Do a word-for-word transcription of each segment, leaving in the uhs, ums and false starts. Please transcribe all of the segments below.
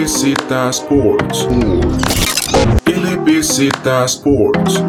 Z Sports. L B Z Sports.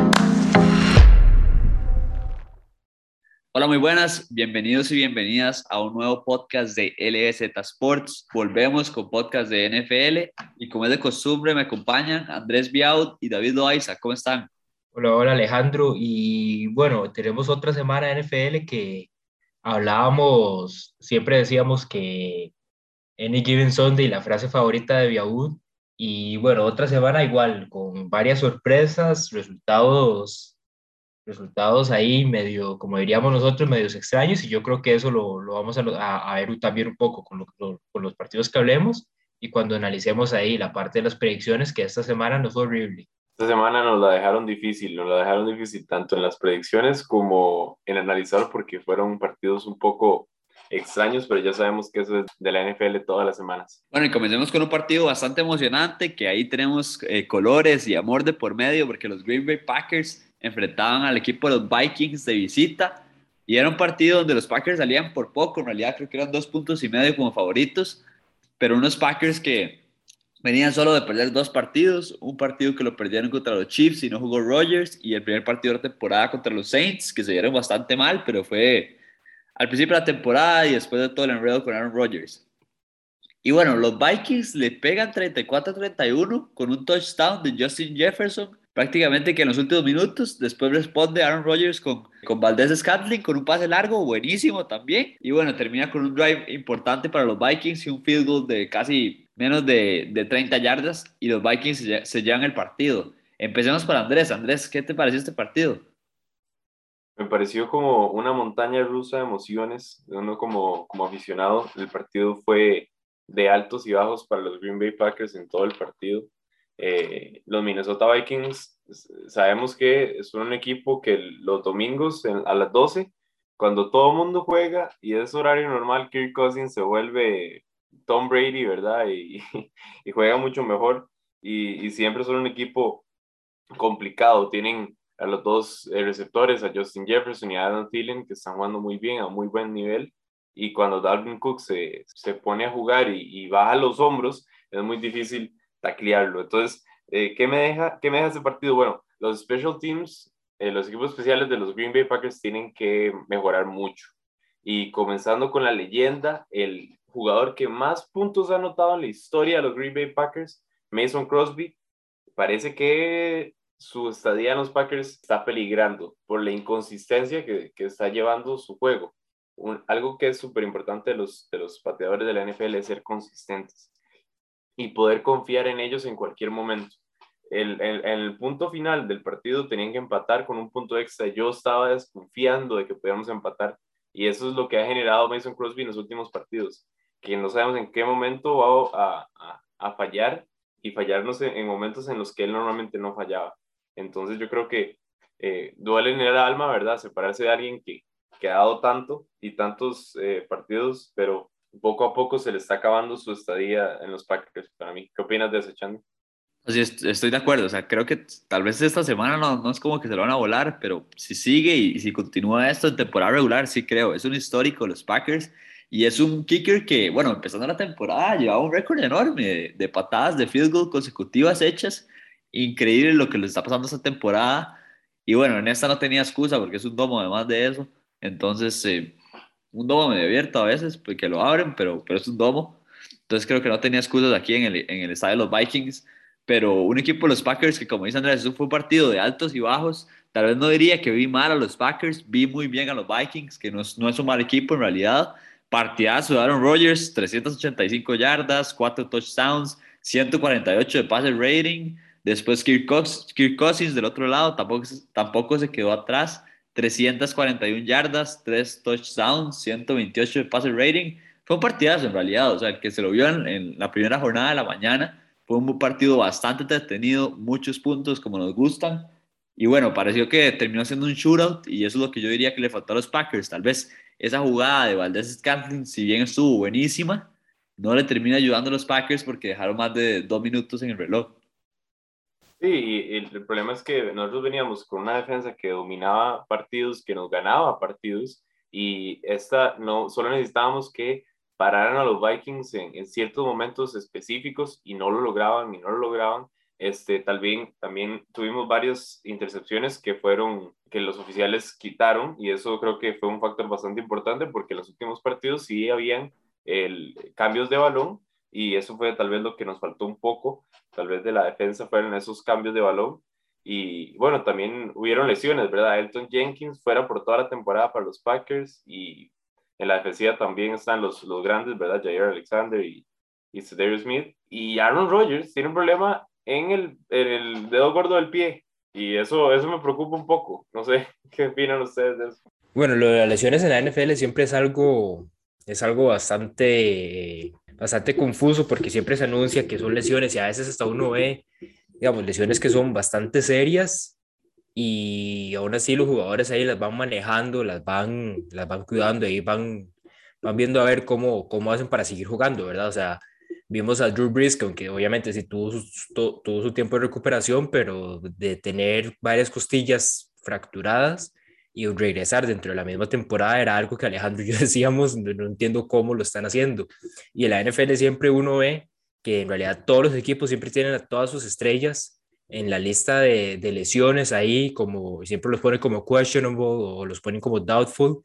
Hola, muy buenas, bienvenidos y bienvenidas a un nuevo podcast de L B Z Sports. Volvemos con podcast de N F L y como es de costumbre me acompañan Andrés Biaud y David Loaiza. ¿Cómo están? Hola, hola Alejandro. Y bueno, tenemos otra semana de N F L que hablábamos, siempre decíamos que Any Given Sunday, la frase favorita de Biaud. Y bueno, otra semana igual, con varias sorpresas, resultados, resultados ahí medio, como diríamos nosotros, medios extraños. Y yo creo que eso lo, lo vamos a, a- a ver también un poco con, lo- lo- con los partidos que hablemos y cuando analicemos ahí la parte de las predicciones, que esta semana no fue horrible. Esta semana nos la dejaron difícil, nos la dejaron difícil tanto en las predicciones como en analizar porque fueron partidos un poco extraños, pero ya sabemos que eso es de la N F L todas las semanas. Bueno, y comencemos con un partido bastante emocionante, que ahí tenemos eh, colores y amor de por medio, porque los Green Bay Packers enfrentaban al equipo de los Vikings de visita, y era un partido donde los Packers salían por poco, en realidad creo que eran dos puntos y medio como favoritos, pero unos Packers que venían solo de perder dos partidos, un partido que lo perdieron contra los Chiefs y no jugó Rodgers, y el primer partido de la temporada contra los Saints, que se dieron bastante mal, pero fue al principio de la temporada y después de todo el enredo con Aaron Rodgers. Y bueno, los Vikings le pegan treinta y cuatro a treinta y uno con un touchdown de Justin Jefferson, prácticamente que en los últimos minutos. Después responde Aaron Rodgers con, con Valdez-Scantling con un pase largo, buenísimo también. Y bueno, termina con un drive importante para los Vikings y un field goal de casi menos de, de treinta yardas y los Vikings se, se llevan el partido. Empecemos por Andrés. Andrés, ¿qué te pareció este partido? Me pareció como una montaña rusa de emociones, uno como, como aficionado. El partido fue de altos y bajos para los Green Bay Packers en todo el partido. Eh, los Minnesota Vikings, sabemos que son un equipo que los domingos en- a las doce, cuando todo el mundo juega y es horario normal, Kirk Cousins se vuelve Tom Brady, ¿verdad? Y, y juega mucho mejor. Y, y siempre son un equipo complicado. Tienen a los dos eh, receptores, a Justin Jefferson y a Adam Thielen, que están jugando muy bien, a muy buen nivel. Y cuando Dalvin Cook se, se pone a jugar y, y baja los hombros, es muy difícil taclearlo. Entonces, eh, ¿qué me deja, qué me deja este partido? Bueno, los special teams, eh, los equipos especiales de los Green Bay Packers tienen que mejorar mucho. Y comenzando con la leyenda, el jugador que más puntos ha anotado en la historia de los Green Bay Packers, Mason Crosby, parece que su estadía en los Packers está peligrando por la inconsistencia que, que está llevando su juego. Un, algo que es súper importante de los, de los pateadores de la N F L es ser consistentes y poder confiar en ellos en cualquier momento. El, el, en el punto final del partido tenían que empatar con un punto extra. Yo estaba desconfiando de que podíamos empatar y eso es lo que ha generado Mason Crosby en los últimos partidos, que no sabemos en qué momento va a, a, a fallar y fallarnos en, en momentos en los que él normalmente no fallaba. Entonces yo creo que eh, duele en el alma, ¿verdad? Separarse de alguien que, que ha dado tanto y tantos eh, partidos, pero poco a poco se le está acabando su estadía en los Packers para mí. ¿Qué opinas de ese, Chandy? Así es, estoy de acuerdo, o sea, creo que tal vez esta semana no, no es como que se lo van a volar, pero si sigue y, y si continúa esto en temporada regular, sí creo, es un histórico los Packers y es un kicker que, bueno, empezando la temporada llevaba un récord enorme de, de patadas de field goal consecutivas hechas, increíble lo que le está pasando esta temporada y bueno, en esta no tenía excusa porque es un domo además de eso, entonces eh, un domo medio abierto a veces, porque lo abren, pero, pero es un domo, entonces creo que no tenía excusas aquí en el, en el estadio de los Vikings, pero un equipo de los Packers que, como dice Andrés, eso fue un partido de altos y bajos. Tal vez no diría que vi mal a los Packers, vi muy bien a los Vikings, que no es, no es un mal equipo en realidad. Partidazo de Aaron Rodgers, trescientas ochenta y cinco yardas, cuatro touchdowns, ciento cuarenta y ocho de passer rating. Después Kirk, Cox, Kirk Cousins del otro lado tampoco, tampoco se quedó atrás, trescientas cuarenta y una yardas, tres touchdowns, ciento veintiocho de passer rating. Fue un partidazo en realidad, o sea, el que se lo vio en, en la primera jornada de la mañana fue un partido bastante entretenido, muchos puntos como nos gustan. Y bueno, pareció que terminó siendo un shootout y eso es lo que yo diría que le faltó a los Packers. Tal vez esa jugada de Valdez-Scantling, si bien estuvo buenísima, no le termina ayudando a los Packers porque dejaron más de dos minutos en el reloj. Sí, y el, el problema es que nosotros veníamos con una defensa que dominaba partidos, que nos ganaba partidos, y esta no, solo necesitábamos que pararan a los Vikings en, en ciertos momentos específicos y no lo lograban y no lo lograban. Este, tal vez, también tuvimos varias intercepciones que fueron, que los oficiales quitaron, y eso creo que fue un factor bastante importante porque en los últimos partidos sí habían el, cambios de balón, y eso fue tal vez lo que nos faltó un poco, tal vez de la defensa fueron esos cambios de balón. Y bueno, también hubieron lesiones, ¿verdad? Elton Jenkins fuera por toda la temporada para los Packers, y en la defensiva también están los, los grandes, ¿verdad? Jair Alexander y, y Cedric Smith. Y Aaron Rodgers tiene un problema en el, en el dedo gordo del pie, y eso, eso me preocupa un poco. No sé, ¿qué opinan ustedes de eso? Bueno, lo de las lesiones en la N F L siempre es algo, es algo bastante, bastante confuso porque siempre se anuncia que son lesiones y a veces hasta uno ve, digamos, lesiones que son bastante serias y aún así los jugadores ahí las van manejando, las van, las van cuidando y van, van viendo a ver cómo, cómo hacen para seguir jugando, ¿verdad? O sea, vimos a Drew Brees, que aunque obviamente sí tuvo su, tu- tuvo su tiempo de recuperación, pero de tener varias costillas fracturadas y regresar dentro de la misma temporada era algo que Alejandro y yo decíamos, no, no entiendo cómo lo están haciendo. Y en la N F L siempre uno ve que en realidad todos los equipos siempre tienen a todas sus estrellas en la lista de, de lesiones ahí, como siempre los ponen como questionable o los ponen como doubtful,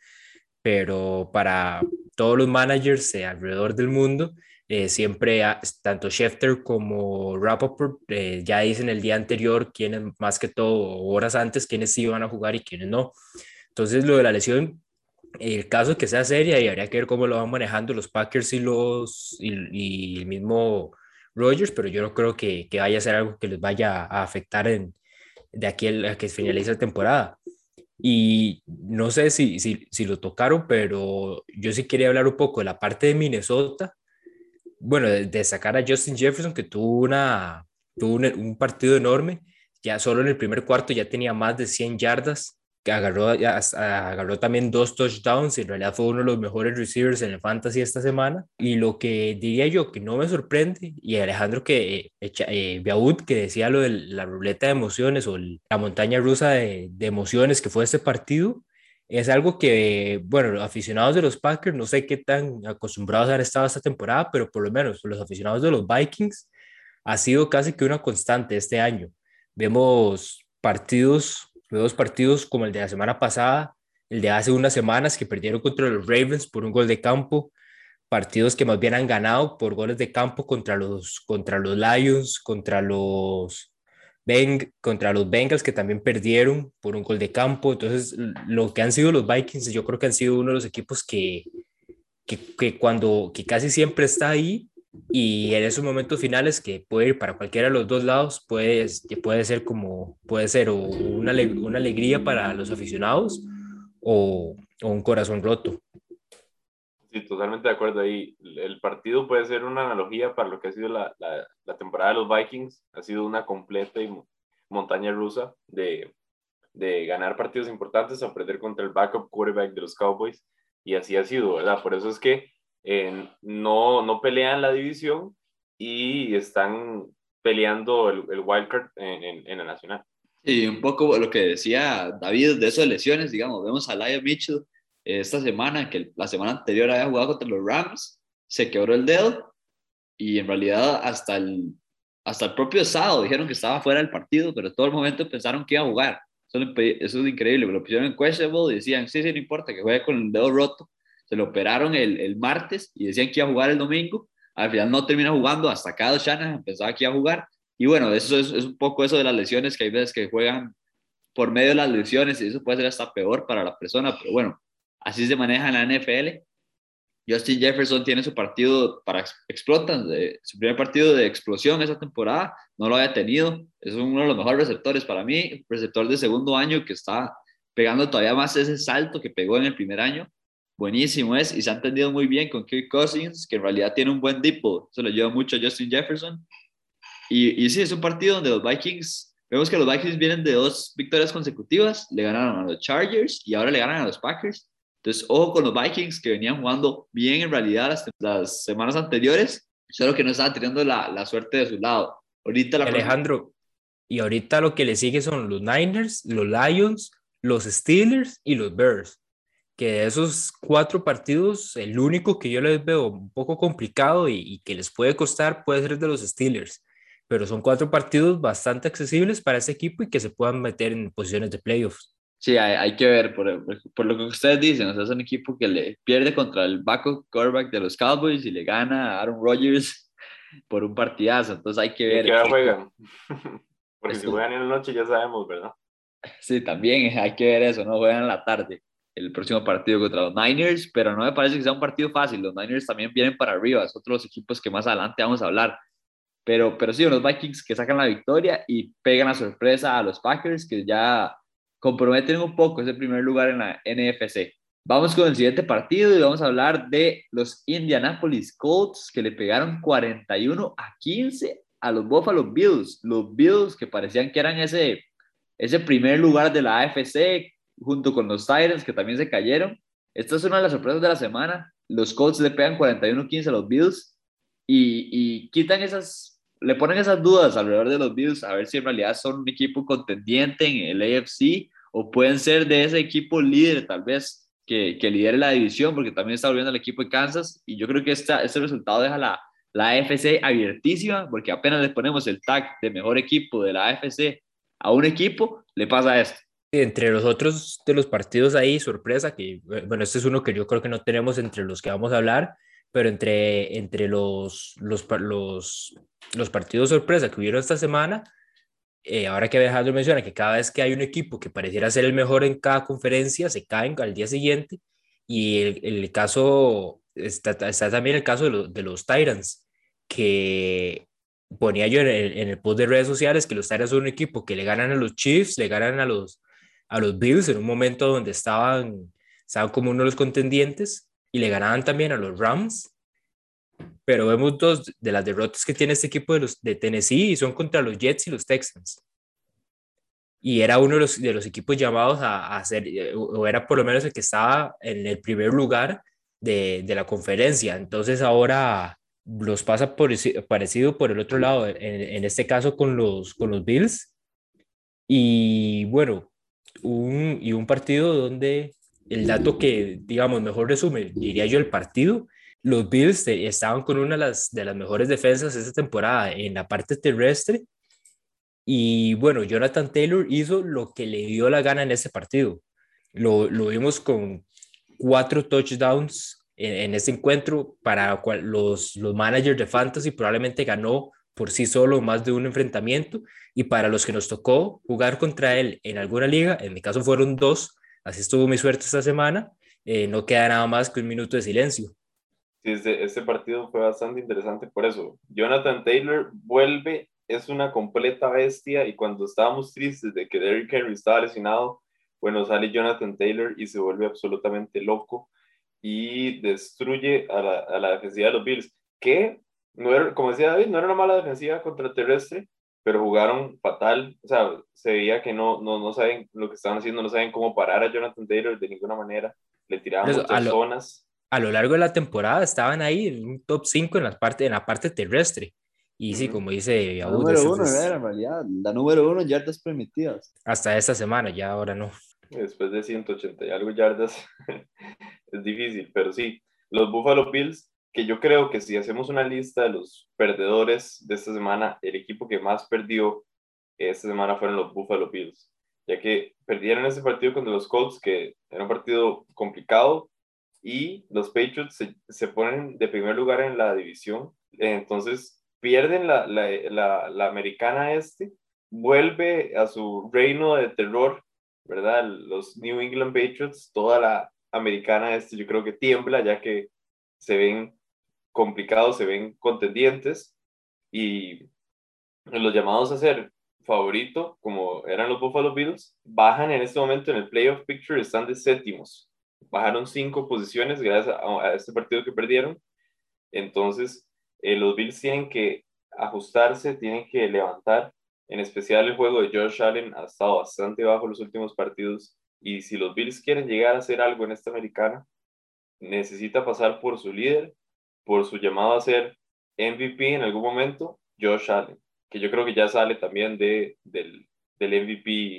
pero para todos los managers eh, alrededor del mundo, eh, siempre ha, tanto Schefter como Rappaport eh, ya dicen el día anterior quiénes, más que todo horas antes, quiénes sí van a jugar y quiénes no. Entonces lo de la lesión, el caso que sea seria y habría que ver cómo lo van manejando los Packers y, los, y, y el mismo Rodgers, pero yo no creo que, que vaya a ser algo que les vaya a afectar en, de aquí a que finalice la temporada. Y no sé si, si, si lo tocaron, pero yo sí quería hablar un poco de la parte de Minnesota. Bueno, de, de sacar a Justin Jefferson, que tuvo, una, tuvo un, un partido enorme. Ya solo en el primer cuarto ya tenía más de cien yardas, que agarró, ya, hasta- agarró también dos touchdowns. Y en realidad fue uno de los mejores receivers en el fantasy esta semana. Y lo que diría yo que no me sorprende, y Alejandro que eh, eh, Biaud, que decía lo de la ruleta de emociones o el- la montaña rusa de, de emociones que fue este partido, es algo que, bueno, los aficionados de los Packers, no sé qué tan acostumbrados han estado esta temporada, pero por lo menos los aficionados de los Vikings ha sido casi que una constante este año. Vemos partidos, vemos partidos como el de la semana pasada, el de hace unas semanas que perdieron contra los Ravens por un gol de campo, partidos que más bien han ganado por goles de campo contra los, contra los Lions, contra los, Beng, contra los Bengals, que también perdieron por un gol de campo. Entonces, lo que han sido los Vikings, yo creo que han sido uno de los equipos que, que, que cuando, que casi siempre está ahí y en esos momentos finales que puede ir para cualquiera de los dos lados, puede, que puede ser como, puede ser o una, una alegría para los aficionados o, o un corazón roto. Sí, totalmente de acuerdo ahí. El partido puede ser una analogía para lo que ha sido la, la, la temporada de los Vikings. Ha sido una completa y montaña rusa de, de ganar partidos importantes a perder contra el backup quarterback de los Cowboys. Y así ha sido, ¿verdad? Por eso es que eh, no, no pelean la división y están peleando el, el wildcard en, en, en la nacional. Y un poco lo que decía David de eso de lesiones, digamos, vemos a Elijah Mitchell eh, esta semana, que la semana anterior había jugado contra los Rams, se quebró el dedo y en realidad hasta el, hasta el propio sábado dijeron que estaba fuera del partido, pero todo el momento pensaron que iba a jugar. Eso, eso es increíble, lo pusieron en questionable y decían, sí, sí, no importa, que juegue con el dedo roto. Se lo operaron el, el martes y decían que iba a jugar el domingo. Al final no termina jugando, hasta Kyle Shanahan pensaba que iba a jugar. Y bueno, eso es, es un poco eso de las lesiones, que hay veces que juegan por medio de las lesiones y eso puede ser hasta peor para la persona, pero bueno, así se maneja en la N F L. Justin Jefferson tiene su partido para explotan, su primer partido de explosión esa temporada, no lo había tenido, es uno de los mejores receptores para mí, receptor de segundo año que está pegando todavía más ese salto que pegó en el primer año, buenísimo es, y se ha entendido muy bien con Kirk Cousins, que en realidad tiene un buen deep ball, eso le lleva mucho a Justin Jefferson, y, y sí, es un partido donde los Vikings, vemos que los Vikings vienen de dos victorias consecutivas, le ganaron a los Chargers y ahora le ganan a los Packers. Entonces, ojo con los Vikings que venían jugando bien en realidad las, las semanas anteriores, solo que no estaban teniendo la, la suerte de su lado. Ahorita la Alejandro, y ahorita lo que le sigue son los Niners, los Lions, los Steelers y los Bears, que de esos cuatro partidos, el único que yo les veo un poco complicado y, y que les puede costar puede ser el de los Steelers, pero son cuatro partidos bastante accesibles para ese equipo y que se puedan meter en posiciones de playoffs. Sí, hay, hay que ver, por, por lo que ustedes dicen, o sea, es un equipo que le pierde contra el backup quarterback de los Cowboys y le gana a Aaron Rodgers por un partidazo, entonces hay que ¿Y a ver. qué hora juegan? Porque si Esto, juegan en la noche ya sabemos, ¿verdad? sí, también hay que ver eso, ¿no? Juegan en la tarde el próximo partido contra los Niners, pero no me parece que sea un partido fácil, los Niners también vienen para arriba, es otro de los equipos que más adelante vamos a hablar. Pero, pero sí, unos Vikings que sacan la victoria y pegan la sorpresa a los Packers, que ya comprometen un poco ese primer lugar en la N F C. Vamos con el siguiente partido y vamos a hablar de los Indianapolis Colts, que le pegaron cuarenta y uno a quince a los Buffalo Bills. Los Bills que parecían que eran ese, ese primer lugar de la A F C, junto con los Titans, que también se cayeron. Esta es una de las sorpresas de la semana. Los Colts le pegan cuarenta y uno a quince a los Bills y, y quitan esas, le ponen esas dudas alrededor de los Bills, a ver si en realidad son un equipo contendiente en el A F C o pueden ser de ese equipo líder, tal vez, que, que lidere la división, porque también está volviendo el equipo de Kansas. Y yo creo que esta, este resultado deja la, la A F C abiertísima, porque apenas le ponemos el tag de mejor equipo de la A F C a un equipo, le pasa esto. Entre los otros de los partidos ahí, sorpresa, que bueno, este es uno que yo creo que no tenemos entre los que vamos a hablar, pero entre, entre los, los, los, los partidos sorpresa que hubieron esta semana, eh, ahora que Alejandro menciona que cada vez que hay un equipo que pareciera ser el mejor en cada conferencia, se caen al día siguiente, y el, el caso, está, está también el caso de, los de los Titans, que ponía yo en el, en el post de redes sociales que los Titans son un equipo que le ganan a los Chiefs, le ganan a los, a los Bills en un momento donde estaban, estaban como uno de los contendientes, y le ganaban también a los Rams, pero vemos dos de las derrotas que tiene este equipo de, los, de Tennessee y son contra los Jets y los Texans. Y era uno de los, de los equipos llamados a, a hacer, o era por lo menos el que estaba en el primer lugar de, de la conferencia. Entonces ahora los pasa por, parecido por el otro lado, en, en este caso con los, con los Bills. Y bueno, un, y un partido donde el dato que, digamos, mejor resume, diría yo, el partido, los Bills estaban con una de las, de las mejores defensas esta temporada en la parte terrestre. Y bueno, Jonathan Taylor hizo lo que le dio la gana en ese partido. Lo, lo vimos con cuatro touchdowns en, en ese encuentro para cual, los, los managers de fantasy probablemente ganó por sí solo más de un enfrentamiento, y para los que nos tocó jugar contra él en alguna liga, en mi caso fueron dos, así estuvo mi suerte esta semana, eh, no queda nada más que un minuto de silencio. Sí, este, este partido fue bastante interesante por eso. Jonathan Taylor vuelve, es una completa bestia, y cuando estábamos tristes de que Derrick Henry estaba lesionado, bueno, sale Jonathan Taylor y se vuelve absolutamente loco y destruye a la, a la defensiva de los Bills, que, no era, como decía David, no era una mala defensiva contra el terrestre, pero jugaron fatal. O sea, se veía que no, no, no saben lo que estaban haciendo, no saben cómo parar a Jonathan Taylor de ninguna manera, le tiraban Eso, a, muchas lo, zonas. a lo largo de la temporada estaban ahí en un top cinco en la parte, en la parte terrestre. Y sí, Uh-huh. como dice La Aud, número es, uno es, era en realidad, la número uno, yardas permitidas. hasta esta semana, ya ahora no. Después de ciento ochenta y algo yardas, es difícil, pero sí, los Buffalo Bills, que yo creo que si hacemos una lista de los perdedores de esta semana, el equipo que más perdió esta semana fueron los Buffalo Bills, ya que perdieron ese partido contra los Colts, que era un partido complicado, y los Patriots se, se ponen de primer lugar en la división, entonces pierden la, la, la, la americana este, vuelve a su reino de terror, ¿verdad? Los New England Patriots, toda la americana este yo creo que tiembla, ya que se ven complicados, se ven contendientes, y los llamados a ser favorito, como eran los Buffalo Bills, bajan en este momento en el playoff picture, están de séptimos, bajaron cinco posiciones gracias a, a este partido que perdieron. Entonces eh, los Bills tienen que ajustarse, tienen que levantar, en especial el juego de Josh Allen ha estado bastante bajo los últimos partidos, y si los Bills quieren llegar a hacer algo en esta americana, necesita pasar por su líder, por su llamado a ser M V P en algún momento, Josh Allen, que yo creo que ya sale también de, del, del M V P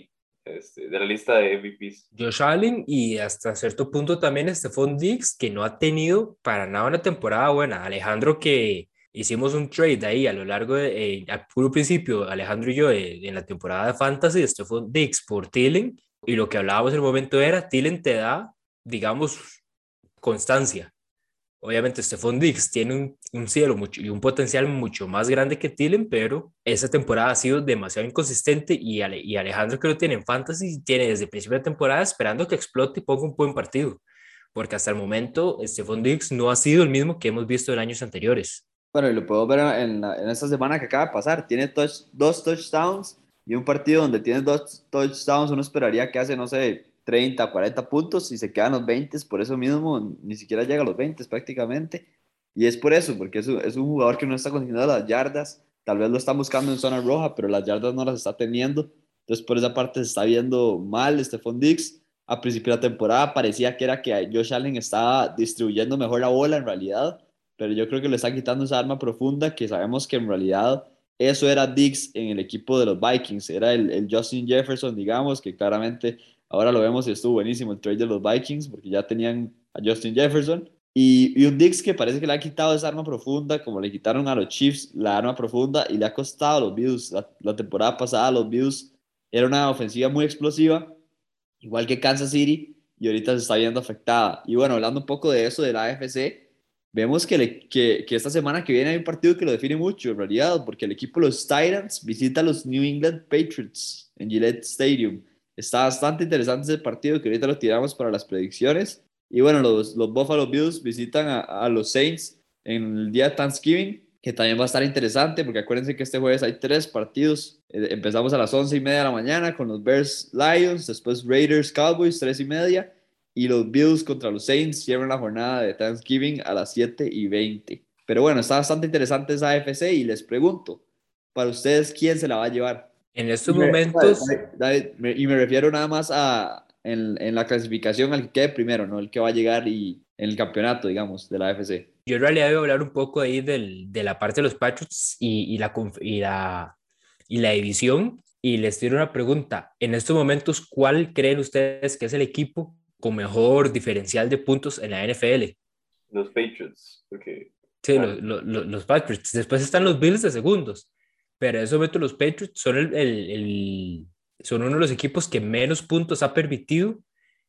este, de la lista de M V Ps. Josh Allen y hasta cierto punto también Stephon Diggs, que no ha tenido para nada una temporada buena. Alejandro, que hicimos un trade ahí a lo largo de, eh, al puro principio, Alejandro y yo, eh, en la temporada de Fantasy, de Stephon Diggs por Thielen, y lo que hablábamos en el momento era, Thielen te da, digamos, constancia. Obviamente Stephon Diggs tiene un, un cielo mucho, y un potencial mucho más grande que Thielen, pero esa temporada ha sido demasiado inconsistente y, Ale, y Alejandro, que lo tiene en Fantasy, tiene desde el principio de temporada esperando que explote y ponga un buen partido, porque hasta el momento Stephon Diggs no ha sido el mismo que hemos visto en años anteriores. Bueno, y lo podemos ver en, la- en esta semana que acaba de pasar. Tiene touch- dos touchdowns y un partido donde tiene dos touchdowns. Uno esperaría que hace, no sé, treinta, cuarenta puntos y se quedan los veinte. Por eso mismo ni siquiera llega a los veinte prácticamente. Y es por eso, porque es un, es un jugador que no está consiguiendo las yardas. Tal vez lo están buscando en zona roja, pero las yardas no las está teniendo. Entonces, por esa parte se está viendo mal Stephon Diggs. A principio de la temporada parecía que era que Josh Allen estaba distribuyendo mejor la bola en realidad, pero yo creo que le está quitando esa arma profunda que sabemos que en realidad eso era Diggs en el equipo de los Vikings, era el, el Justin Jefferson, digamos, que claramente ahora lo vemos y estuvo buenísimo el trade de los Vikings porque ya tenían a Justin Jefferson y, y un Diggs que parece que le ha quitado esa arma profunda, como le quitaron a los Chiefs la arma profunda y le ha costado a los Bills. La, la temporada pasada los Bills era una ofensiva muy explosiva, igual que Kansas City, y ahorita se está viendo afectada. Y bueno, hablando un poco de eso, de la A F C, vemos que, le, que, que esta semana que viene hay un partido que lo define mucho, en realidad, porque el equipo de los Titans visita a los New England Patriots en Gillette Stadium. Está bastante interesante ese partido, que ahorita lo tiramos para las predicciones. Y bueno, los, los Buffalo Bills visitan a, a los Saints en el día de Thanksgiving, que también va a estar interesante, porque acuérdense que este jueves hay tres partidos. Eh, empezamos a las once y media de la mañana con los Bears Lions, después Raiders Cowboys, tres y media, y los Bills contra los Saints cierran la jornada de Thanksgiving a las siete y veinte. Pero bueno, está bastante interesante esa A F C y les pregunto, para ustedes, ¿quién se la va a llevar? En estos Y me, momentos, David, me- y me refiero nada más a en, en la clasificación al que quede primero, no el que va a llegar y en el campeonato, digamos, de la A F C. yo en realidad voy a hablar un poco ahí del, de la parte de los Patriots y, y, la, y, la, y la división. Y les tiro una pregunta. En estos momentos, ¿cuál creen ustedes que es el equipo con mejor diferencial de puntos en la N F L? Los Patriots, porque Sí, ah, los, los, los los Patriots. Después están los Bills de segundos. Pero en ese momento los Patriots son, el, el, el, son uno de los equipos que menos puntos ha permitido.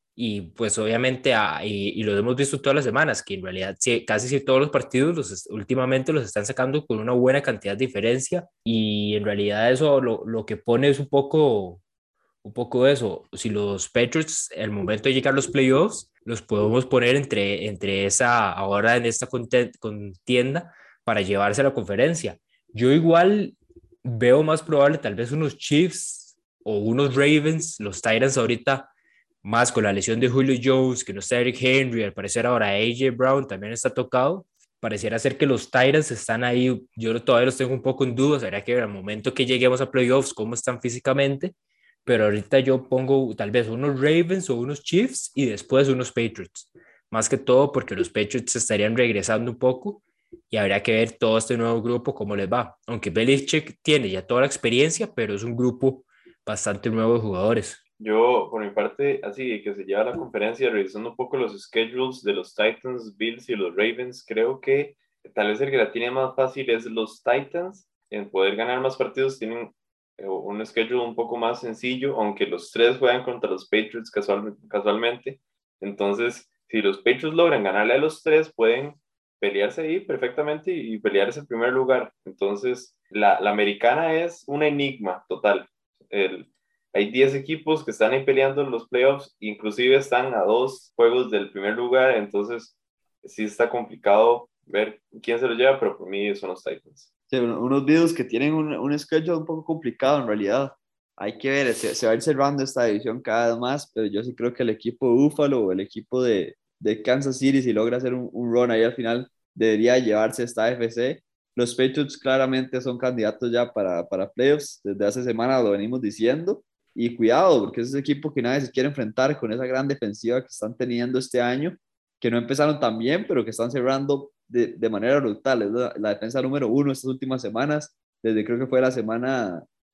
Y pues obviamente, ah, y, y lo hemos visto todas las semanas, que en realidad sí, casi sí, todos los partidos los, últimamente los están sacando con una buena cantidad de diferencia. Y en realidad eso lo, lo que pone es un poco, un poco eso. Si los Patriots, el momento de llegar a los playoffs, los podemos poner entre, entre esa, ahora en esta conten- contienda para llevarse a la conferencia. Yo igual veo más probable tal vez unos Chiefs o unos Ravens, los Titans ahorita, más con la lesión de Julio Jones, que no está Eric Henry, al parecer ahora A J Brown también está tocado. Pareciera ser que los Titans están ahí, yo todavía los tengo un poco en dudas, habría que ver al momento que lleguemos a playoffs cómo están físicamente, pero ahorita yo pongo tal vez unos Ravens o unos Chiefs y después unos Patriots, más que todo porque los Patriots estarían regresando un poco y habría que ver todo este nuevo grupo cómo les va, aunque Belichick tiene ya toda la experiencia, pero es un grupo bastante nuevo de jugadores. yo, por mi parte, así que se lleva la conferencia, revisando un poco los schedules de los Titans, Bills y los Ravens, creo que tal vez el que la tiene más fácil es los Titans, en poder ganar más partidos, tienen eh, un schedule un poco más sencillo, aunque los tres juegan contra los Patriots casual, casualmente. Entonces, si los Patriots logran ganarle a los tres, pueden pelearse ahí perfectamente y pelear ese primer lugar. Entonces, la, la americana es un enigma total. El, hay diez equipos que están ahí peleando en los playoffs, inclusive están a dos juegos del primer lugar, entonces sí está complicado ver quién se lo lleva, pero por mí son los Titans. Sí, unos videos que tienen un, un schedule un poco complicado en realidad. Hay que ver, se, se va a ir cerrando esta división cada vez más, pero yo sí creo que el equipo de Buffalo o el equipo de, de Kansas City, si logra hacer un, un run ahí al final, debería llevarse esta A F C. Los Patriots claramente son candidatos ya para, para playoffs, desde hace semanas lo venimos diciendo, y cuidado, porque es ese equipo que nadie se quiere enfrentar con esa gran defensiva que están teniendo este año, que no empezaron tan bien, pero que están cerrando de, de manera brutal. Es la, la defensa número uno estas últimas semanas, desde creo que fue la semana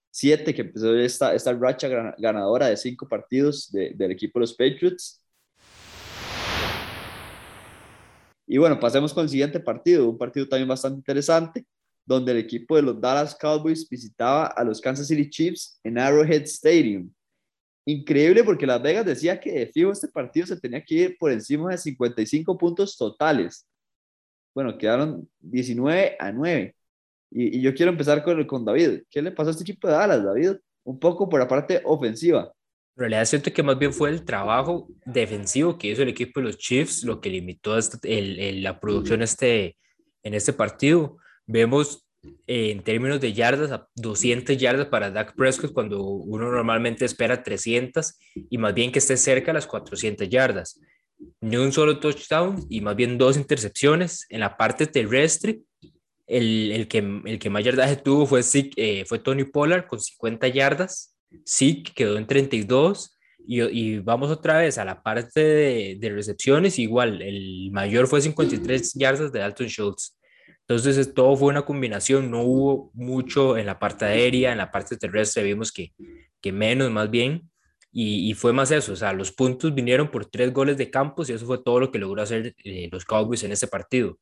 siete, que empezó esta, esta racha ganadora de cinco partidos de, del equipo de los Patriots. Y bueno, pasemos con el siguiente partido, un partido también bastante interesante, donde el equipo de los Dallas Cowboys visitaba a los Kansas City Chiefs en Arrowhead Stadium. Increíble, porque Las Vegas decía que de fijo este partido se tenía que ir por encima de cincuenta y cinco puntos totales. Bueno, quedaron diecinueve a nueve. Y, y yo quiero empezar con, con David. ¿Qué le pasó a este equipo de Dallas, David? Un poco por la parte ofensiva. En realidad siento que más bien fue el trabajo defensivo que hizo el equipo de los Chiefs lo que limitó este- el- el- la producción este, en este partido. Vemos eh, en términos de yardas a doscientas yardas para Dak Prescott cuando uno normalmente espera trescientas y más bien que esté cerca de las cuatrocientas yardas. Ni un solo touchdown y más bien dos intercepciones en la parte terrestre. El, el que, el que más yardaje tuvo fue, Zeke- eh, fue Tony Pollard con cincuenta yardas. Sí, quedó en treinta y dos y, y vamos otra vez a la parte de, de recepciones, igual, el mayor fue cincuenta y tres yardas de Dalton Schultz. Entonces, es- todo fue una combinación, no hubo mucho en la parte aérea, en la parte terrestre vimos que, que menos más bien, y, y fue más eso, o sea, los puntos vinieron por tres goles de campos y eso fue todo lo que logró hacer eh, los Cowboys en ese partido.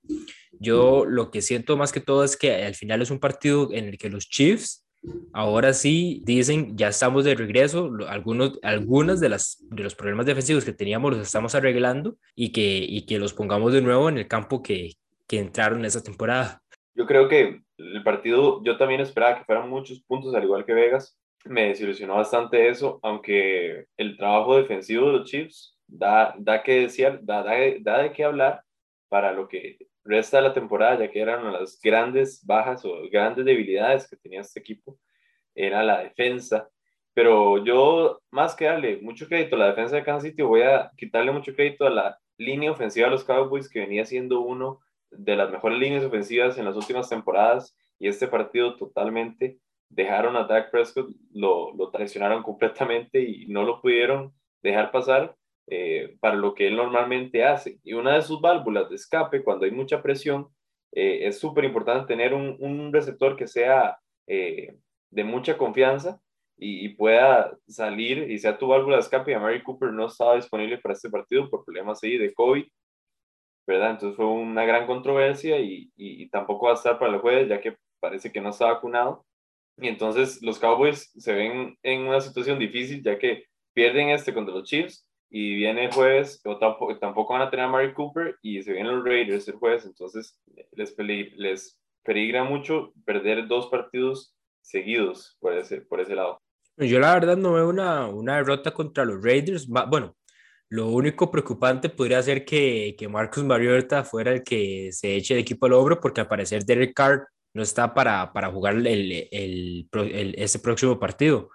Yo lo que siento más que todo es que al final es un partido en el que los Chiefs ahora sí dicen ya estamos de regreso, algunos, algunas de, las, de los problemas defensivos que teníamos los estamos arreglando y que, y que los pongamos de nuevo en el campo que, que entraron esa temporada. Yo creo que el partido, yo también esperaba que fueran muchos puntos, al igual que Vegas. Me desilusionó bastante eso, aunque el trabajo defensivo de los Chiefs da, da que decir, da, da, da de qué hablar para lo que resta de la temporada, ya que eran una de las grandes bajas o grandes debilidades que tenía este equipo, era la defensa. Pero yo, más que darle mucho crédito a la defensa de Kansas City, voy a quitarle mucho crédito a la línea ofensiva de los Cowboys, que venía siendo uno de las mejores líneas ofensivas en las últimas temporadas, y este partido totalmente dejaron a Dak Prescott, lo, lo traicionaron completamente y no lo pudieron dejar pasar eh, para lo que él normalmente hace. Y una de sus válvulas de escape, cuando hay mucha presión, eh, es súper importante tener un, un receptor que sea eh, de mucha confianza y, y pueda salir y sea tu válvula de escape. Y a Mary Cooper no estaba disponible para este partido por problemas ahí de COVID, ¿verdad? Entonces fue una gran controversia y, y, y tampoco va a estar para el jueves, ya que parece que no está vacunado. Y entonces los Cowboys se ven en una situación difícil, ya que pierden este contra los Chiefs y viene el jueves, o tampoco, tampoco van a tener a Mary Cooper y se vienen los Raiders el jueves, entonces les, peli, les peligra mucho perder dos partidos seguidos por ese, por ese lado. Yo la verdad no veo una, una derrota contra los Raiders. Bueno, lo único preocupante podría ser que, que Marcus Mariota fuera el que se eche el equipo al hombro, porque al parecer Derek Carr no está para, para jugar el, el, el, el, ese próximo partido.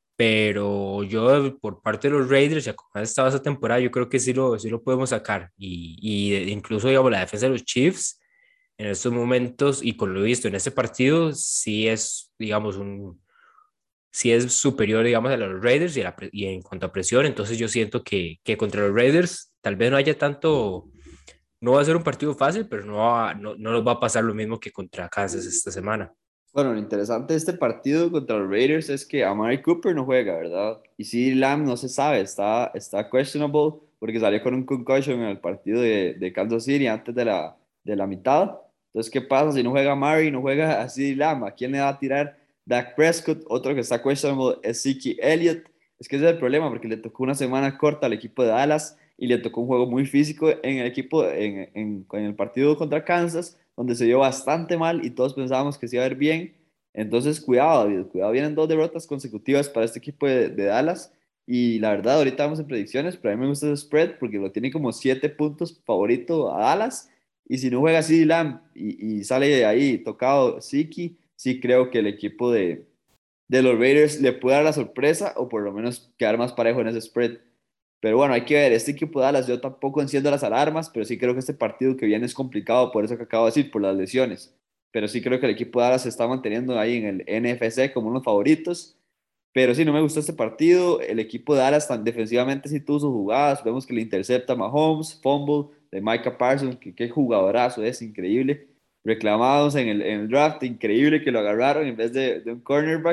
Pero yo, por parte de los Raiders, ya como ha estado esa temporada, yo creo que sí lo, sí lo podemos sacar. Y, y incluso, digamos, la defensa de los Chiefs en estos momentos, y con lo visto en este partido, sí es, digamos, un sí es superior, digamos, a los Raiders y, a la, y en cuanto a presión, entonces yo siento que, que contra los Raiders tal vez no haya tanto, no va a ser un partido fácil, pero no, va, no, no nos va a pasar lo mismo que contra Kansas esta semana. Bueno, lo interesante de este partido contra los Raiders es que Amari Cooper no juega, ¿verdad? Y CeeDee Lamb no se sabe, está, está questionable porque salió con un concussion en el partido de, de Kansas City antes de la, de la mitad. Entonces, ¿qué pasa si no juega Amari, no juega a CeeDee Lamb? ¿A quién le va a tirar? Dak Prescott, otro que está questionable es Zeke Elliott. Es que ese es el problema porque le tocó una semana corta al equipo de Dallas y le tocó un juego muy físico en el equipo, en, en, en el partido contra Kansas, donde se vio bastante mal y todos pensábamos que se iba a ver bien. Entonces, cuidado, David, cuidado, vienen dos derrotas consecutivas para este equipo de, de Dallas. Y la verdad, ahorita vamos en predicciones, pero a mí me gusta ese spread porque lo tiene como siete puntos favorito a Dallas. Y si no juega CeeDee Lamb y, y sale de ahí tocado Siki, sí creo que el equipo de, de los Raiders le puede dar la sorpresa o por lo menos quedar más parejo en ese spread. Pero bueno, hay que ver, este equipo de Dallas, yo tampoco enciendo las alarmas, pero sí creo que este partido que viene es complicado, por eso que acabo de decir, por las lesiones. Pero sí creo que el equipo de Dallas se está manteniendo ahí en el N F C como unos favoritos. Pero sí, no me gustó este partido. El equipo de Dallas tan defensivamente sí tuvo sus jugadas. Vemos que le intercepta a Mahomes, fumble de Micah Parsons, que qué jugadorazo, es increíble. Reclamados en el, en el draft, increíble que lo agarraron en vez de, de un cornerback.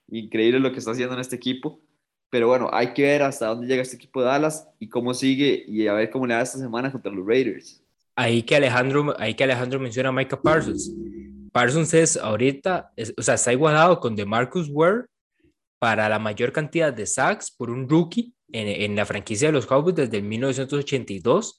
increíble lo que está haciendo en este equipo. Pero bueno, hay que ver hasta dónde llega este equipo de Dallas y cómo sigue y a ver cómo le va esta semana contra los Raiders. Ahí que Alejandro, ahí que Alejandro menciona a Micah Parsons. Parsons es ahorita, es, o sea, está igualado con DeMarcus Ware para la mayor cantidad de sacks por un rookie en, en la franquicia de los Cowboys desde el mil novecientos ochenta y dos,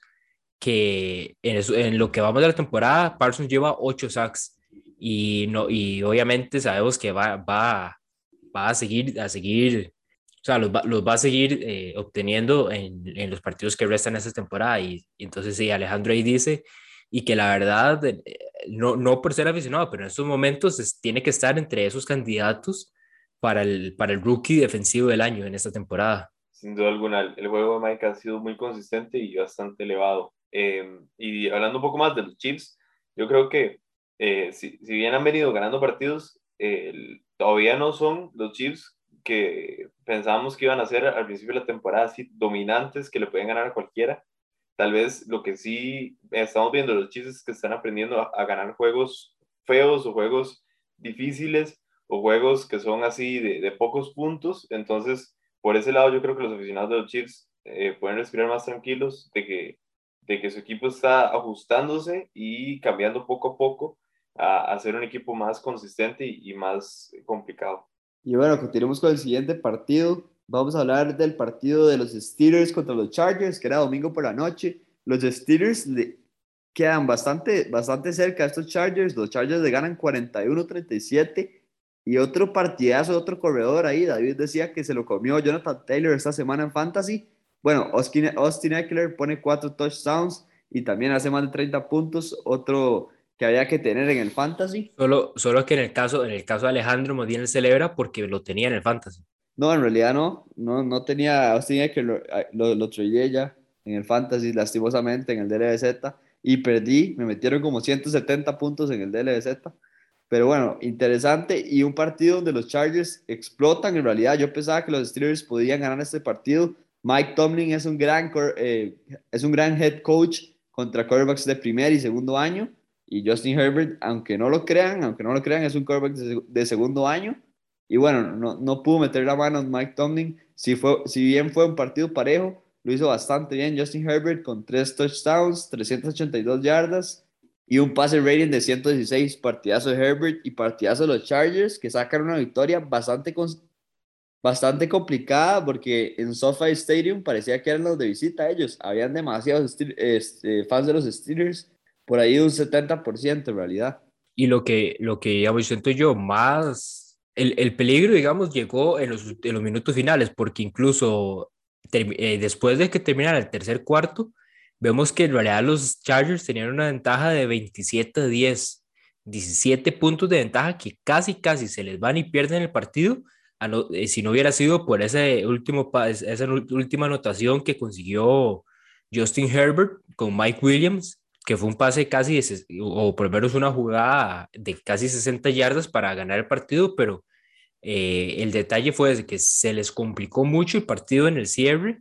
que en, eso, en lo que vamos de la temporada, Parsons lleva ocho sacks y, no, y obviamente sabemos que va, va, va a seguir, a seguir, o sea, los va, los va a seguir eh, obteniendo en, en los partidos que restan esta temporada. Y, y entonces sí, Alejandro ahí dice, y que la verdad, eh, no, no por ser aficionado, pero en estos momentos es, tiene que estar entre esos candidatos para el, para el rookie defensivo del año en esta temporada. Sin duda alguna, el, el juego de Mike ha sido muy consistente y bastante elevado. Eh, y hablando un poco más de los Chiefs, yo creo que eh, si, si bien han venido ganando partidos, eh, todavía no son los Chiefs que pensábamos que iban a ser al principio de la temporada, así dominantes, que le pueden ganar a cualquiera. Tal vez lo que sí estamos viendo los Chiefs es que están aprendiendo a, a ganar juegos feos o juegos difíciles o juegos que son así de, de pocos puntos. Entonces, por ese lado, yo creo que los aficionados de los Chiefs eh, pueden respirar más tranquilos de que, de que su equipo está ajustándose y cambiando poco a poco a, a ser un equipo más consistente y, y más complicado. Y bueno, continuemos con el siguiente partido. Vamos a hablar del partido de los Steelers contra los Chargers, que era domingo por la noche. Los Steelers le quedan bastante, bastante cerca a estos Chargers. Los Chargers le ganan cuarenta y uno a treinta y siete. Y otro partidazo, otro corredor ahí. David decía que se lo comió Jonathan Taylor esta semana en Fantasy. Bueno, Austin, Austin Eckler pone cuatro touchdowns y también hace más de treinta puntos. Otro que había que tener en el Fantasy. Solo, solo que en el caso, en el caso de Alejandro, más bien él celebra porque lo tenía en el Fantasy. No, en realidad no. No, no tenía a Austin Eckler. Lo, lo, lo tradeé ya en el Fantasy, lastimosamente, en el D L B Z. Y perdí. Me metieron como ciento setenta puntos en el D L B Z. Pero bueno, interesante y un partido donde los Chargers explotan. En realidad, yo pensaba que los Steelers podían ganar este partido. Mike Tomlin es un gran, eh, es un gran head coach contra quarterbacks de primer y segundo año. Y Justin Herbert, aunque no lo crean, aunque no lo crean, es un quarterback de, de segundo año. Y bueno, no, no pudo meter la mano en Mike Tomlin. Si, fue, si bien fue un partido parejo, lo hizo bastante bien Justin Herbert con tres touchdowns, trescientas ochenta y dos yardas y un pase rating de ciento dieciséis. Partidazo de Herbert y partidazo de los Chargers, que sacan una victoria bastante, bastante complicada porque en SoFi Stadium parecía que eran los de visita ellos. Habían demasiados este, fans de los Steelers, por ahí un setenta por ciento en realidad. Y lo que, lo que digamos, siento yo más, el, el peligro, digamos, llegó en los, en los minutos finales, porque incluso ter, eh, después de que terminara el tercer cuarto, vemos que en realidad los Chargers tenían una ventaja de veintisiete a diez, diecisiete puntos de ventaja que casi, casi se les van y pierden el partido, a no, eh, si no hubiera sido por ese último, esa última anotación que consiguió Justin Herbert con Mike Williams, que fue un pase casi, de, o por lo menos una jugada de casi sesenta yardas para ganar el partido, pero eh, el detalle fue que se les complicó mucho el partido en el cierre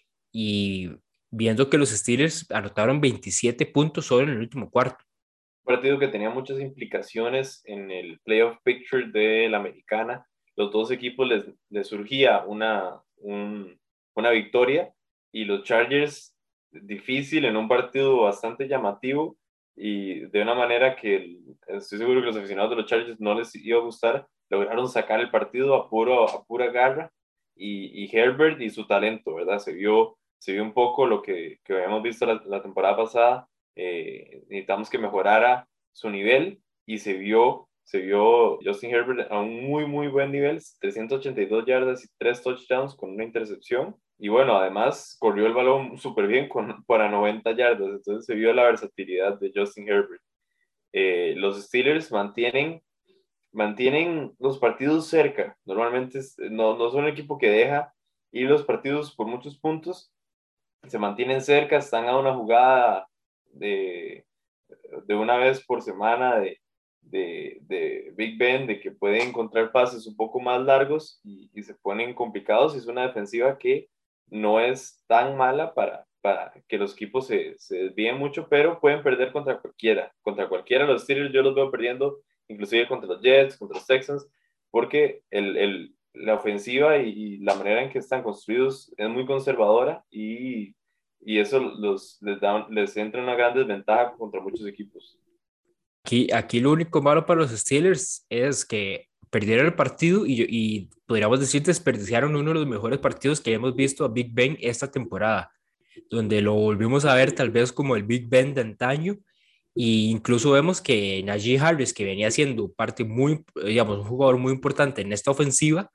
y viendo que los Steelers anotaron veintisiete puntos solo en el último cuarto. Un partido que tenía muchas implicaciones en el playoff picture de la americana. Los dos equipos les, les surgía una, un, una victoria y los Chargers difícil en un partido bastante llamativo y de una manera que estoy seguro que los aficionados de los Chargers no les iba a gustar, lograron sacar el partido a, puro, a pura garra y, y Herbert y su talento, ¿verdad? Se vio, se vio un poco lo que, que habíamos visto la, la temporada pasada, eh, necesitamos que mejorara su nivel y se vio, se vio Justin Herbert a un muy muy buen nivel, trescientas ochenta y dos yardas y tres touchdowns con una intercepción. Y bueno, además corrió el balón súper bien con, para noventa yardas, entonces se vio la versatilidad de Justin Herbert. Eh, los Steelers mantienen, mantienen los partidos cerca, normalmente no, no son un equipo que deja ir los partidos por muchos puntos, se mantienen cerca, están a una jugada de, de una vez por semana de, de, de Big Ben, de que pueden encontrar pases un poco más largos y, y se ponen complicados. Es una defensiva que no es tan mala para, para que los equipos se, se desvíen mucho, pero pueden perder contra cualquiera. Contra cualquiera, los Steelers yo los veo perdiendo, inclusive contra los Jets, contra los Texans, porque el, el, la ofensiva y, y la manera en que están construidos es muy conservadora y, y eso los, les, da, les entra una gran desventaja contra muchos equipos. Aquí, aquí lo único malo para los Steelers es que perdieron el partido y, y podríamos decir desperdiciaron uno de los mejores partidos que hemos visto a Big Ben esta temporada, donde lo volvimos a ver tal vez como el Big Ben de antaño, e incluso vemos que Najee Harris, que venía siendo parte muy, digamos, un jugador muy importante en esta ofensiva,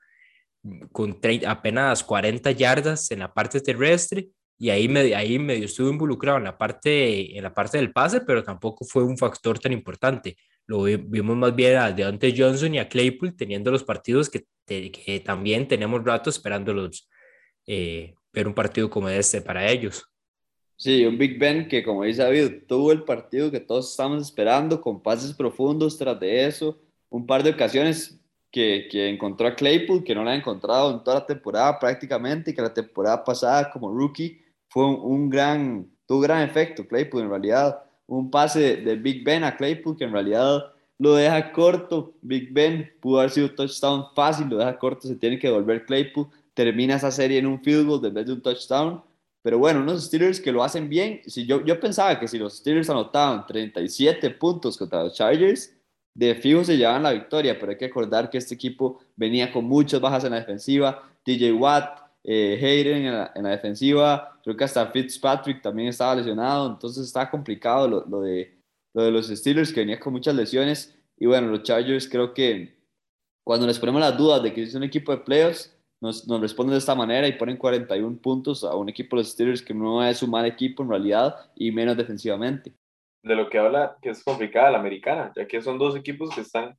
con treinta, apenas cuarenta yardas en la parte terrestre, y ahí, me, ahí medio estuvo involucrado en la, parte, en la parte del pase, pero tampoco fue un factor tan importante. Lo vi, vimos más bien a Deontay Johnson y a Claypool teniendo los partidos que, te, que también tenemos rato esperándolos, eh, ver un partido como este para ellos. Sí, un Big Ben que, como dice David, tuvo el partido que todos estamos esperando, con pases profundos tras de eso, un par de ocasiones que, que encontró a Claypool, que no la ha encontrado en toda la temporada prácticamente, y que la temporada pasada como rookie fue un, un gran, tuvo un gran efecto Claypool en realidad, un pase de, de Big Ben a Claypool que en realidad lo deja corto. Big Ben pudo haber sido touchdown fácil, lo deja corto, se tiene que devolver Claypool, termina esa serie en un field goal en vez de un touchdown. Pero bueno, unos Steelers que lo hacen bien. Si yo, yo pensaba que si los Steelers anotaban treinta y siete puntos contra los Chargers, de fijo se llevaban la victoria, pero hay que acordar que este equipo venía con muchas bajas en la defensiva. T J Watt, eh, Hayden en la, en la defensiva, creo que hasta Fitzpatrick también estaba lesionado, entonces está complicado lo, lo, de, lo de los Steelers, que venía con muchas lesiones. Y bueno, los Chargers creo que cuando les ponemos las dudas de que es un equipo de playoffs, nos, nos responden de esta manera y ponen cuarenta y uno puntos a un equipo de los Steelers que no es un mal equipo en realidad y menos defensivamente. De lo que habla que es complicada la americana, ya que son dos equipos que están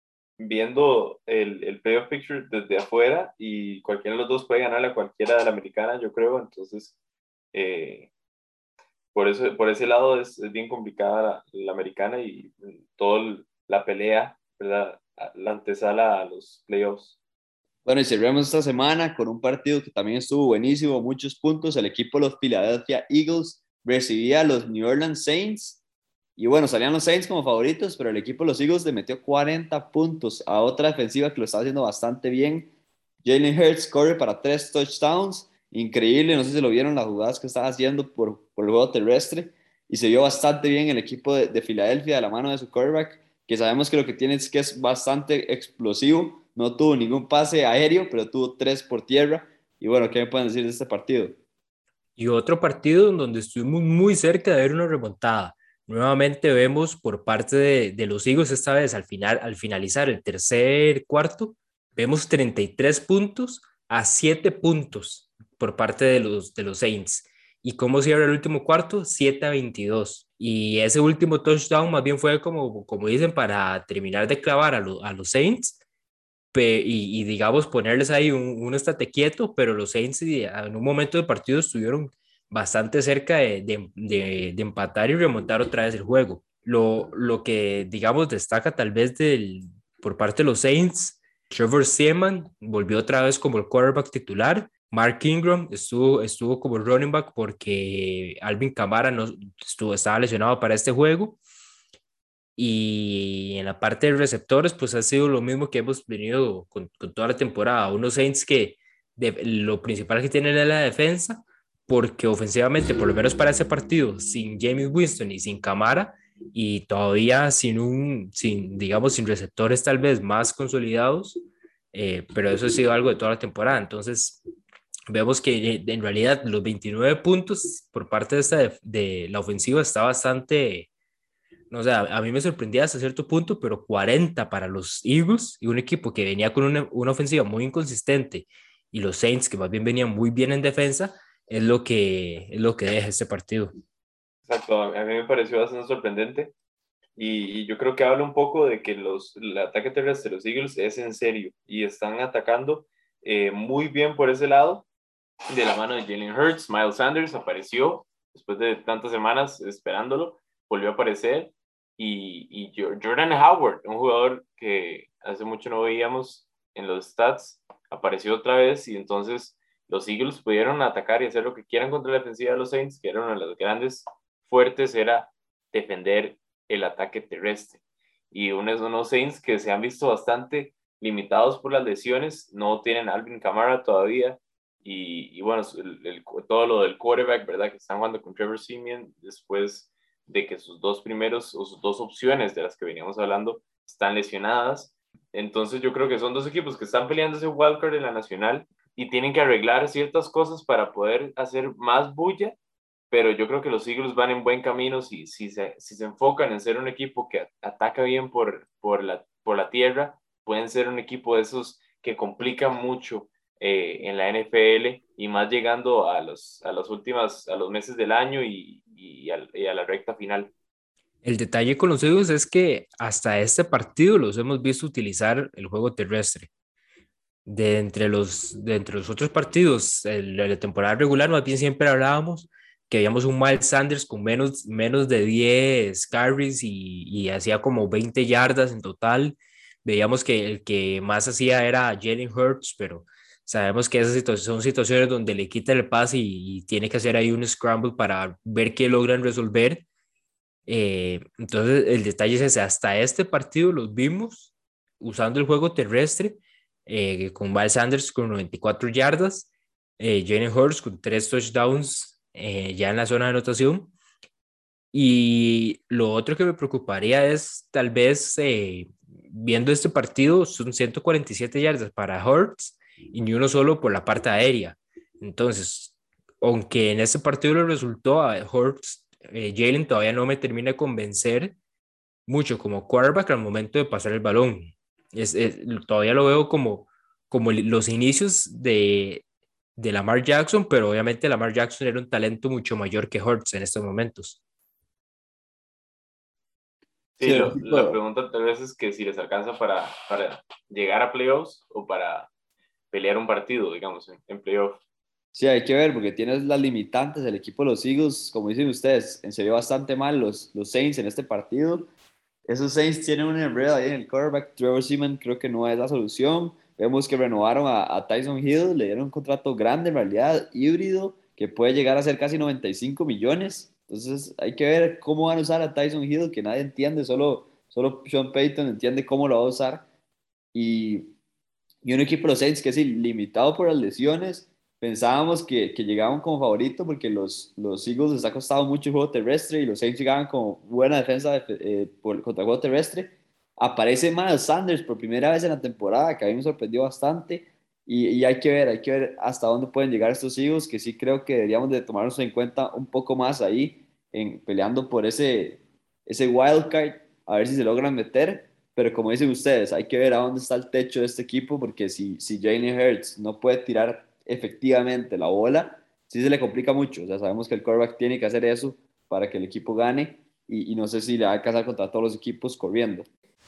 viendo el, el playoff picture desde afuera y cualquiera de los dos puede ganarle a cualquiera de la americana, yo creo. Entonces, eh, por, eso, por ese lado es, es bien complicada la, la americana y toda la pelea, ¿verdad? La antesala a los playoffs. Bueno, y cerramos esta semana con un partido que también estuvo buenísimo, muchos puntos. El equipo de los Philadelphia Eagles recibía a los New Orleans Saints. Y bueno, salían los Saints como favoritos, pero el equipo de los Eagles le metió cuarenta puntos a otra defensiva que lo estaba haciendo bastante bien. Jalen Hurts corre para tres touchdowns. Increíble, no sé si lo vieron las jugadas que estaba haciendo por, por el juego terrestre. Y se vio bastante bien el equipo de, de Filadelfia de la mano de su quarterback, que sabemos que lo que tiene es que es bastante explosivo. No tuvo ningún pase aéreo, pero tuvo tres por tierra. Y bueno, ¿qué me pueden decir de este partido? Y otro partido en donde estuvimos muy cerca de ver una remontada. Nuevamente vemos por parte de, de los Eagles, esta vez al, final, al finalizar el tercer cuarto, vemos treinta y tres puntos a siete puntos por parte de los, de los Saints. ¿Y cómo cierra el último cuarto? siete a veintidós. Y ese último touchdown más bien fue como, como dicen, para terminar de clavar a, lo, a los Saints y, y digamos ponerles ahí un, un estate quieto, pero los Saints en un momento del partido estuvieron bastante cerca de, de, de, de empatar y remontar otra vez el juego. Lo, lo que digamos destaca tal vez del, por parte de los Saints, Trevor Seaman volvió otra vez como el quarterback titular. Mark Ingram estuvo, estuvo como running back porque Alvin Kamara no, estuvo, estaba lesionado para este juego. Y en la parte de receptores, pues ha sido lo mismo que hemos venido con, con toda la temporada. Unos Saints que de, lo principal que tienen es la defensa, porque ofensivamente, por lo menos para ese partido, sin James Winston y sin Camara, y todavía sin un, sin, digamos, sin receptores tal vez más consolidados, eh, pero eso ha sido algo de toda la temporada. Entonces, vemos que en realidad los veintinueve puntos por parte de, esta de, de la ofensiva está bastante no, o sea, a mí me sorprendía hasta cierto punto, pero cuarenta para los Eagles y un equipo que venía con una, una ofensiva muy inconsistente y los Saints que más bien venían muy bien en defensa, es lo que, es lo que deja este partido. Exacto, a mí me pareció bastante sorprendente y, y yo creo que habla un poco de que los, el ataque terrestre de los Eagles es en serio y están atacando eh, muy bien por ese lado, de la mano de Jalen Hurts. Miles Sanders apareció después de tantas semanas esperándolo, volvió a aparecer. Y, y Jordan Howard, un jugador que hace mucho no veíamos en los stats, apareció otra vez y entonces los Eagles pudieron atacar y hacer lo que quieran contra la defensiva de los Saints, que era una de las grandes fuertes, era defender el ataque terrestre. Y unos, unos Saints que se han visto bastante limitados por las lesiones, no tienen a Alvin Kamara todavía, y, y bueno, el, el, todo lo del quarterback, ¿verdad? Que están jugando con Trevor Siemian después de que sus dos primeros, o sus dos opciones de las que veníamos hablando, están lesionadas. Entonces yo creo que son dos equipos que están peleando ese wildcard en la nacional y tienen que arreglar ciertas cosas para poder hacer más bulla, pero yo creo que los Eagles van en buen camino si, si, se, si se enfocan en ser un equipo que ataca bien por, por, la, por la tierra, pueden ser un equipo de esos que complican mucho eh, en la N F L y más llegando a los, a los últimos, a los meses del año y, y, a, y a la recta final. El detalle con los Eagles es que hasta este partido los hemos visto utilizar el juego terrestre. De entre los, de entre los otros partidos de la temporada regular, más bien siempre hablábamos que veíamos un Miles Sanders con menos, menos de diez carries y, y hacía como veinte yardas en total. Veíamos que el que más hacía era Jalen Hurts, pero sabemos que esas situaciones son situaciones donde le quita el pase y, y tiene que hacer ahí un scramble para ver qué logran resolver. Eh, entonces, el detalle es ese, hasta este partido los vimos usando el juego terrestre, eh, con Miles Sanders con noventa y cuatro yardas, eh, Jalen Hurts con tres touchdowns eh, ya en la zona de anotación. Y lo otro que me preocuparía es tal vez eh, viendo este partido, son ciento cuarenta y siete yardas para Hurts y ni uno solo por la parte aérea. Entonces, aunque en este partido le resultó a Hurts, eh, Jalen todavía no me termina de convencer mucho como quarterback al momento de pasar el balón. Es, es, todavía lo veo como, como los inicios de, de Lamar Jackson, pero obviamente Lamar Jackson era un talento mucho mayor que Hurts en estos momentos. Sí, lo, la pregunta tal vez es que si les alcanza para, para llegar a playoffs o para pelear un partido, digamos, en, en playoffs. Sí, hay que ver, porque tienes las limitantes. El equipo de los Eagles, como dicen ustedes, se vio bastante mal los, los Saints en este partido. Esos Saints tienen un enredo ahí en el quarterback. Trevor Siemian creo que no es la solución. Vemos que renovaron a, a Tyson Hill, le dieron un contrato grande, en realidad, híbrido, que puede llegar a ser casi noventa y cinco millones. Entonces hay que ver cómo van a usar a Tyson Hill, que nadie entiende, solo, solo Sean Payton entiende cómo lo va a usar. Y, y un equipo de los Saints que es limitado por las lesiones. Pensábamos que, que llegaban como favorito porque los, los Eagles les ha costado mucho el juego terrestre y los Saints llegaban como buena defensa de, eh, por, contra el juego terrestre. Aparece Miles Sanders por primera vez en la temporada, que a mí me sorprendió bastante. Y, y hay que ver, hay que ver hasta dónde pueden llegar estos Eagles, que sí creo que deberíamos de tomarnos en cuenta un poco más ahí, en, peleando por ese, ese wild card, a ver si se logran meter. Pero como dicen ustedes, hay que ver a dónde está el techo de este equipo, porque si, si Jalen Hurts no puede tirar efectivamente la bola, sí se le complica mucho. O sea, sabemos que el quarterback tiene que hacer eso para que el equipo gane y, y no sé si le va a alcanzar contra todos los equipos corriendo.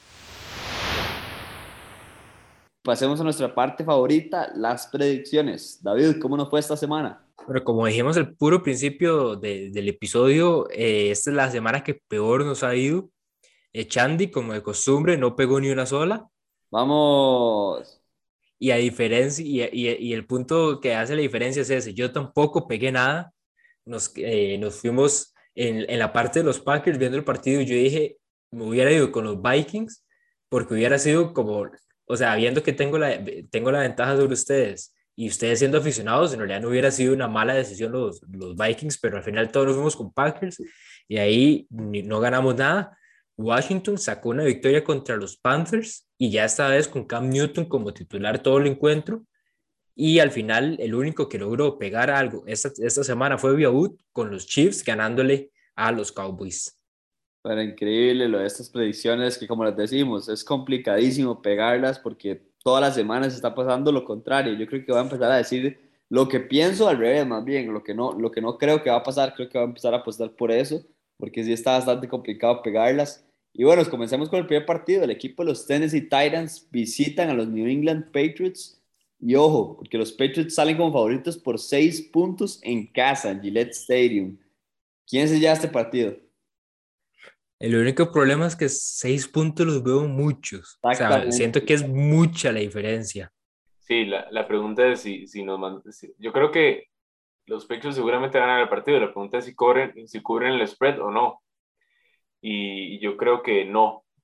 Pasemos a nuestra parte favorita, las predicciones. David, ¿cómo nos fue esta semana? Pero como dijimos al puro principio de, del episodio, eh, esta es la semana que peor nos ha ido. Eh, Chandy, como de costumbre, no pegó ni una sola. Vamos. Y a diferencia, y, y, y el punto que hace la diferencia es ese, yo tampoco pegué nada, nos, eh, nos fuimos en, en la parte de los Packers viendo el partido y yo dije, me hubiera ido con los Vikings porque hubiera sido como, o sea, viendo que tengo la, tengo la ventaja sobre ustedes y ustedes siendo aficionados, en realidad no hubiera sido una mala decisión los, los Vikings, pero al final todos nos fuimos con Packers y ahí no ganamos nada. Washington sacó una victoria contra los Panthers y ya esta vez con Cam Newton como titular todo el encuentro. Y al final, el único que logró pegar algo esta, esta semana fue Biaud con los Chiefs ganándole a los Cowboys. Pero increíble lo de estas predicciones que, como les decimos, es complicadísimo pegarlas porque todas las semanas está pasando lo contrario. Yo creo que voy a empezar a decir lo que pienso al revés, más bien, lo que no, lo que no creo que va a pasar, creo que voy a empezar a apostar por eso, porque sí está bastante complicado pegarlas. Y bueno, comencemos con el primer partido. El equipo de los Tennessee Titans visitan a los New England Patriots. Y ojo, porque los Patriots salen como favoritos por seis puntos en casa, en Gillette Stadium. ¿Quién se lleva este partido? El único problema es que seis puntos los veo muchos. O sea, siento que es mucha la diferencia. Sí, la, la pregunta es si, si nos mand... si, yo creo que los Patriots seguramente ganan el partido. La pregunta es si cubren, si cubren el spread o no. Y yo creo que no,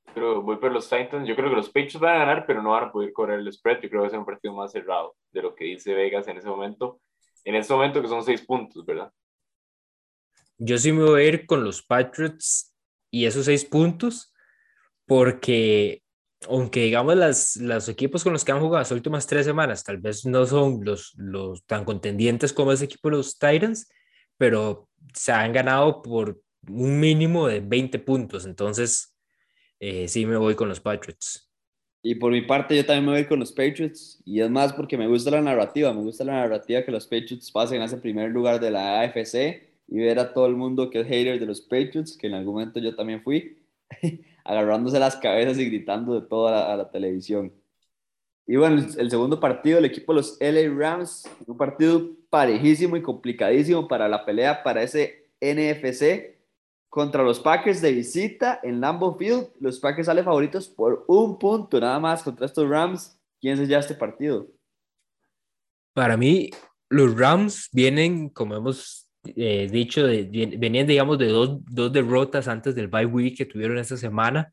Pero voy por los Titans. Yo creo que los Patriots van a ganar, pero no van a poder cobrar el spread. Yo creo que va a ser un partido más cerrado de lo que dice Vegas en ese momento. En ese momento que son seis puntos, ¿verdad? Yo sí me voy a ir con los Patriots y esos seis puntos, porque aunque digamos las, los equipos con los que han jugado las últimas tres semanas tal vez no son los, los tan contendientes como ese equipo de los Titans, pero se han ganado por un mínimo de veinte puntos, entonces eh, sí me voy con los Patriots. Y por mi parte, yo también me voy con los Patriots. Y es más porque me gusta la narrativa. Me gusta la narrativa que los Patriots pasen a ese primer lugar de la A F C y ver a todo el mundo que es hater de los Patriots, que en algún momento yo también fui, agarrándose las cabezas y gritando de todo a la, a la televisión. Y bueno, el, el segundo partido, el equipo de los L A Rams, un partido parejísimo y complicadísimo para la pelea para ese N F C contra los Packers de visita en Lambeau Field. Los Packers salen favoritos por un punto nada más contra estos Rams. ¿Quién se lleva este partido? Para mí, los Rams vienen, como hemos eh, dicho, de, vien- venían, digamos, de dos, dos derrotas antes del bye week que tuvieron esta semana.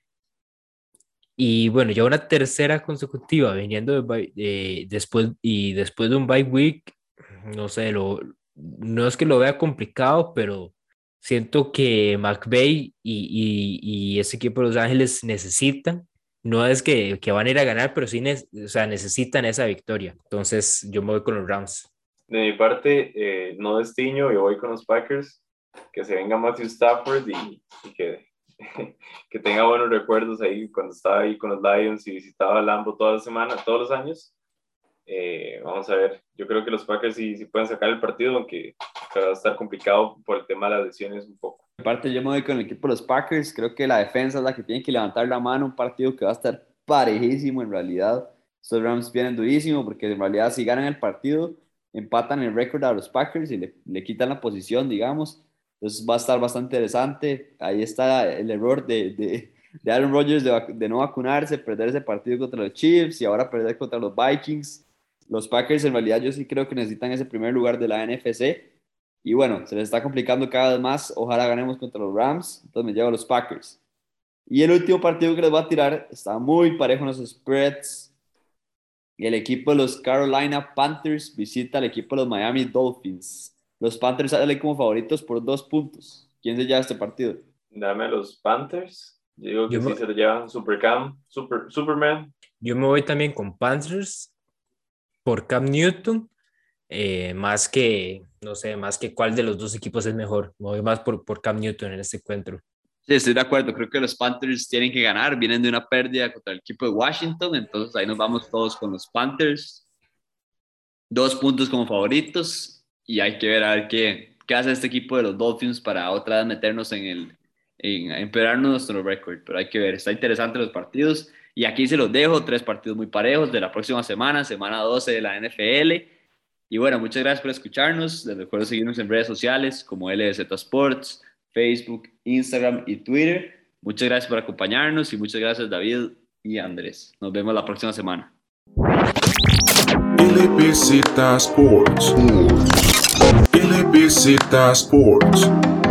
Y bueno, ya una tercera consecutiva viniendo de bye- eh, después, y después de un bye week, no sé, lo, no es que lo vea complicado, pero siento que McVay y, y, y ese equipo de Los Ángeles necesitan, no es que, que van a ir a ganar, pero sí ne- o sea, necesitan esa victoria. Entonces yo me voy con los Rams. De mi parte, eh, no destiño, yo voy con los Packers. Que se venga Matthew Stafford y, y que, que tenga buenos recuerdos ahí cuando estaba ahí con los Lions y visitaba Lambeau toda la semana, todos los años. Eh, vamos a ver, yo creo que los Packers sí, sí pueden sacar el partido, aunque va a estar complicado por el tema de las lesiones un poco. Aparte, yo me voy con el equipo de los Packers. Creo que la defensa es la que tiene que levantar la mano. Un partido que va a estar parejísimo en realidad. Estos Rams vienen durísimo porque en realidad si ganan el partido, empatan el récord a los Packers y le, le quitan la posición, digamos. Entonces va a estar bastante interesante. Ahí está el error de, de, de Aaron Rodgers de, vac- de no vacunarse, perder ese partido contra los Chiefs y ahora perder contra los Vikings. Los Packers en realidad yo sí creo que necesitan ese primer lugar de la N F C. Y bueno, se les está complicando cada vez más. Ojalá ganemos contra los Rams. Entonces me llevo a los Packers. Y el último partido que les voy a tirar está muy parejo en los spreads. El equipo de los Carolina Panthers visita al equipo de los Miami Dolphins. Los Panthers salen como favoritos por dos puntos. ¿Quién se lleva este partido? Dame a los Panthers. Yo digo que Yo sí me, se lo llevan Supercam, Super, Superman. yo me voy también con Panthers por Cam Newton, eh, más que, no sé, más que cuál de los dos equipos es mejor. Me voy más por, por Cam Newton en este encuentro. Sí, estoy de acuerdo. Creo que los Panthers tienen que ganar. Vienen de una pérdida contra el equipo de Washington. Entonces ahí nos vamos todos con los Panthers. Dos puntos como favoritos. Y hay que ver a ver qué, qué hace este equipo de los Dolphins para otra vez meternos en el, en empeorarnos nuestro récord. Pero hay que ver. Está interesante los partidos. Y aquí se los dejo. Tres partidos muy parejos de la próxima semana. Semana doce de la N F L. Y bueno, muchas gracias por escucharnos. Les recuerdo seguirnos en redes sociales como L B Z Sports, Facebook, Instagram y Twitter. Muchas gracias por acompañarnos y muchas gracias David y Andrés. Nos vemos la próxima semana. L B Z Sports. L B Z Sports.